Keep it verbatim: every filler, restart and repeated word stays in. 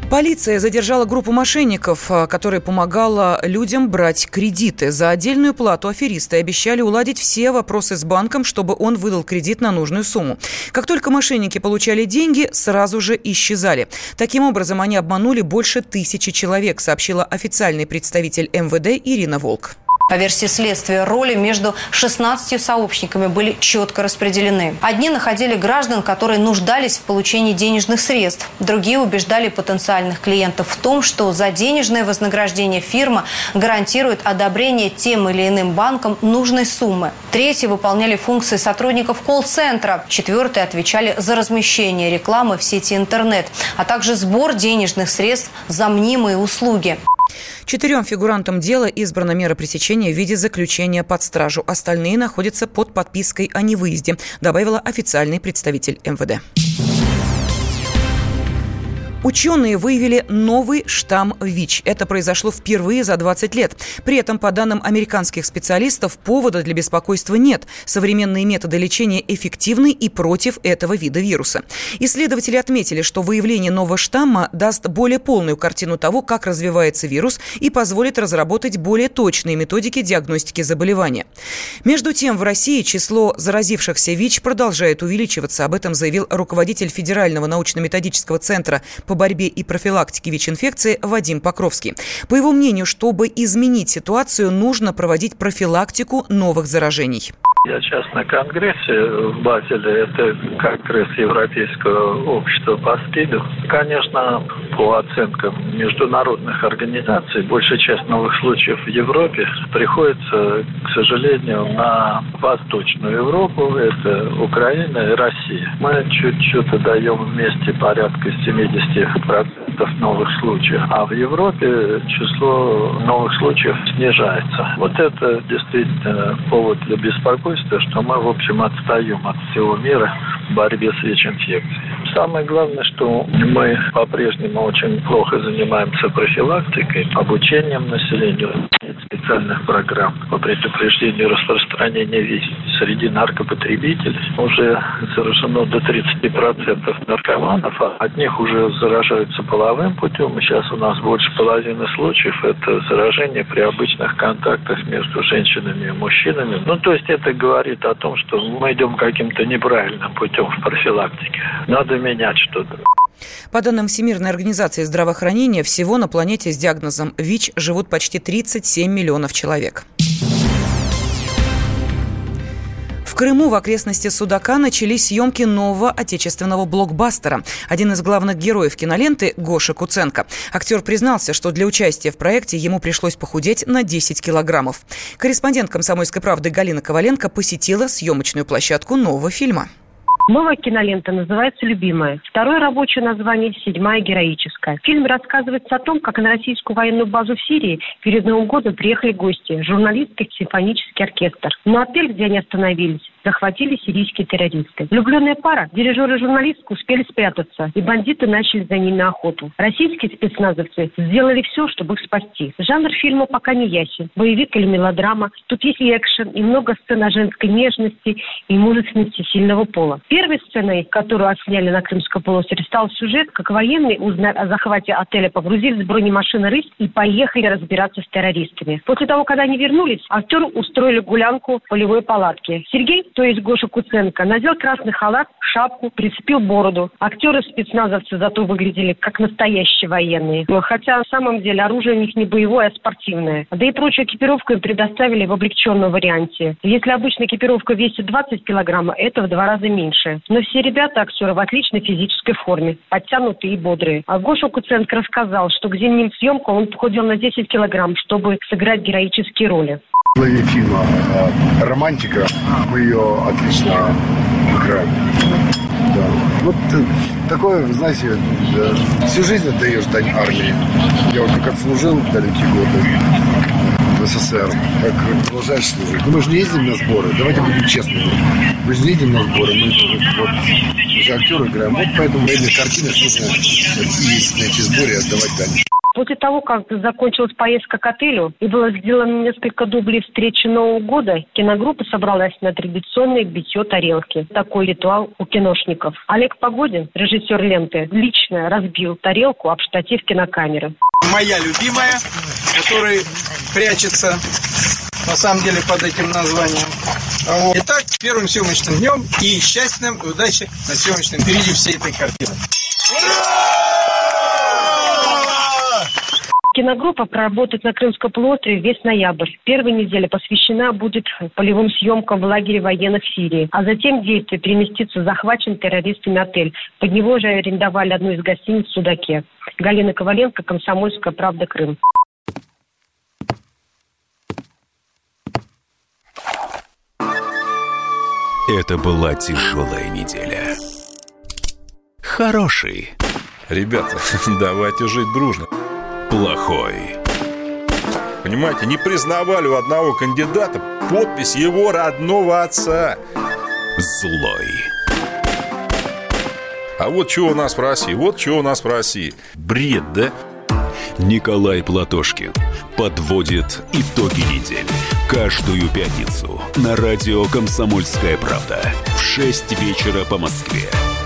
Полиция задержала группу мошенников, которая помогала людям брать кредиты. За отдельную плату аферисты обещали уладить все вопросы с банком, чтобы он выдал кредит на нужную сумму. Как только мошенники получали деньги, сразу же исчезали. Таким образом, они обманули больше тысячи человек, сообщила официальный представитель эм вэ дэ Ирина Волк. По версии следствия, роли между шестнадцатью сообщниками были четко распределены. Одни находили граждан, которые нуждались в получении денежных средств. Другие убеждали потенциальных клиентов в том, что за денежное вознаграждение фирма гарантирует одобрение тем или иным банком нужной суммы. Третьи выполняли функции сотрудников колл-центра. Четвертые отвечали за размещение рекламы в сети интернет, а также сбор денежных средств за мнимые услуги. Четырем фигурантам дела избрана мера пресечения в виде заключения под стражу. Остальные находятся под подпиской о невыезде, добавила официальный представитель эм вэ дэ. Ученые выявили новый штамм ВИЧ. Это произошло впервые за двадцать лет. При этом, по данным американских специалистов, повода для беспокойства нет. Современные методы лечения эффективны и против этого вида вируса. Исследователи отметили, что выявление нового штамма даст более полную картину того, как развивается вирус, и позволит разработать более точные методики диагностики заболевания. Между тем, в России число заразившихся ВИЧ продолжает увеличиваться. Об этом заявил руководитель Федерального научно-методического центра по борьбе и профилактике ВИЧ-инфекции Вадим Покровский. По его мнению, чтобы изменить ситуацию, нужно проводить профилактику новых заражений. Я сейчас на конгрессе в Базеле, это конгресс Европейского общества по СПИДу. Конечно, по оценкам международных организаций, большая часть новых случаев в Европе приходится, к сожалению, на Восточную Европу, это Украина и Россия. Мы чуть-чуть даем вместе порядка семьдесят процентов новых случаев, а в Европе число новых случаев снижается. Вот это действительно повод для беспокойства, что мы, в общем, отстаем от всего мира в борьбе с ВИЧ-инфекцией. Самое главное, что мы по-прежнему очень плохо занимаемся профилактикой, обучением населения, специальных программ по предупреждению распространения ВИЧ среди наркопотребителей. Уже заражено до тридцати процентов наркоманов, а от них уже заражаются половым путем. И сейчас у нас больше половины случаев – это заражение при обычных контактах между женщинами и мужчинами. Ну, то есть это говорит о том, что мы идем каким-то неправильным путем в профилактике. Надо менять что-то. По данным Всемирной организации здравоохранения, всего на планете с диагнозом ВИЧ живут почти тридцать семь миллионов человек. В Крыму в окрестности Судака начались съемки нового отечественного блокбастера. Один из главных героев киноленты – Гоша Куценко. Актер признался, что для участия в проекте ему пришлось похудеть на десять килограммов. Корреспондент «Комсомольской правды» Галина Коваленко посетила съемочную площадку нового фильма. Новая кинолента называется «Любимая». Второе рабочее название «Седьмая героическая». Фильм рассказывается о том, как на российскую военную базу в Сирии перед Новым годом приехали гости – журналистский симфонический оркестр. Но отель, где они остановились, захватили сирийские террористы. Влюбленная пара, дирижер и журналистка, успели спрятаться, и бандиты начали за ними охоту. Российские спецназовцы сделали все, чтобы их спасти. Жанр фильма пока не ясен. Боевик или мелодрама. Тут есть и экшен, и много сцен о женской нежности и мужественности сильного пола. Первой сценой, которую отсняли на Крымском полуострове, стал сюжет, как военные, узнав о захвате отеля, погрузились в бронемашины «Рысь» и поехали разбираться с террористами. После того, когда они вернулись, актеры устроили гулянку в полевой палатке. Сергей, то есть Гоша Куценко, надел красный халат, шапку, прицепил бороду. Актеры-спецназовцы зато выглядели как настоящие военные. Хотя на самом деле оружие у них не боевое, а спортивное. Да и прочую экипировку им предоставили в облегченном варианте. Если обычная экипировка весит двадцать килограмм, это в два раза меньше. Но все ребята, актеры, в отличной физической форме, подтянутые и бодрые. А Гоша Куценко рассказал, что к зимним съемкам он похудел на десять килограмм, чтобы сыграть героические роли. В главе фильма «Романтика» мы ее отлично играем. Да. Вот такое, знаете, да, всю жизнь отдаешь дань армии. Я вот как отслужил в далекие годы в СССР, как продолжаешь служить. Но мы же не ездим на сборы, давайте будем честными. Мы же не ездим на сборы, мы вот, уже актеры играем. Вот поэтому в этих картинах нужно ездить на эти сборы и отдавать дань. После того, как закончилась поездка к отелю и было сделано несколько дублей встречи Нового года, киногруппа собралась на традиционное битье тарелки. Такой ритуал у киношников. Олег Погодин, режиссер ленты, лично разбил тарелку об штатив кинокамеры. Моя любимая, которая прячется на самом деле под этим названием. Итак, первым съемочным днем и счастьем, удачи на съемочном периоде всей этой картины. Киногруппа проработает на Крымском полуострове весь ноябрь. Первая неделя посвящена будет полевым съемкам в лагере военных в Сирии. А затем действие переместится в захваченный террористами отель. Под него же арендовали одну из гостиниц в Судаке. Галина Коваленко, «Комсомольская правда», Крым. Это была тяжелая неделя. Хороший. Ребята, давайте жить дружно. Плохой. Понимаете, не признавали у одного кандидата подпись его родного отца. Злой. А вот что у нас в России, вот что у нас в России. Бред, да? Николай Платошкин подводит итоги недели. Каждую пятницу на радио «Комсомольская правда» в шесть вечера по Москве.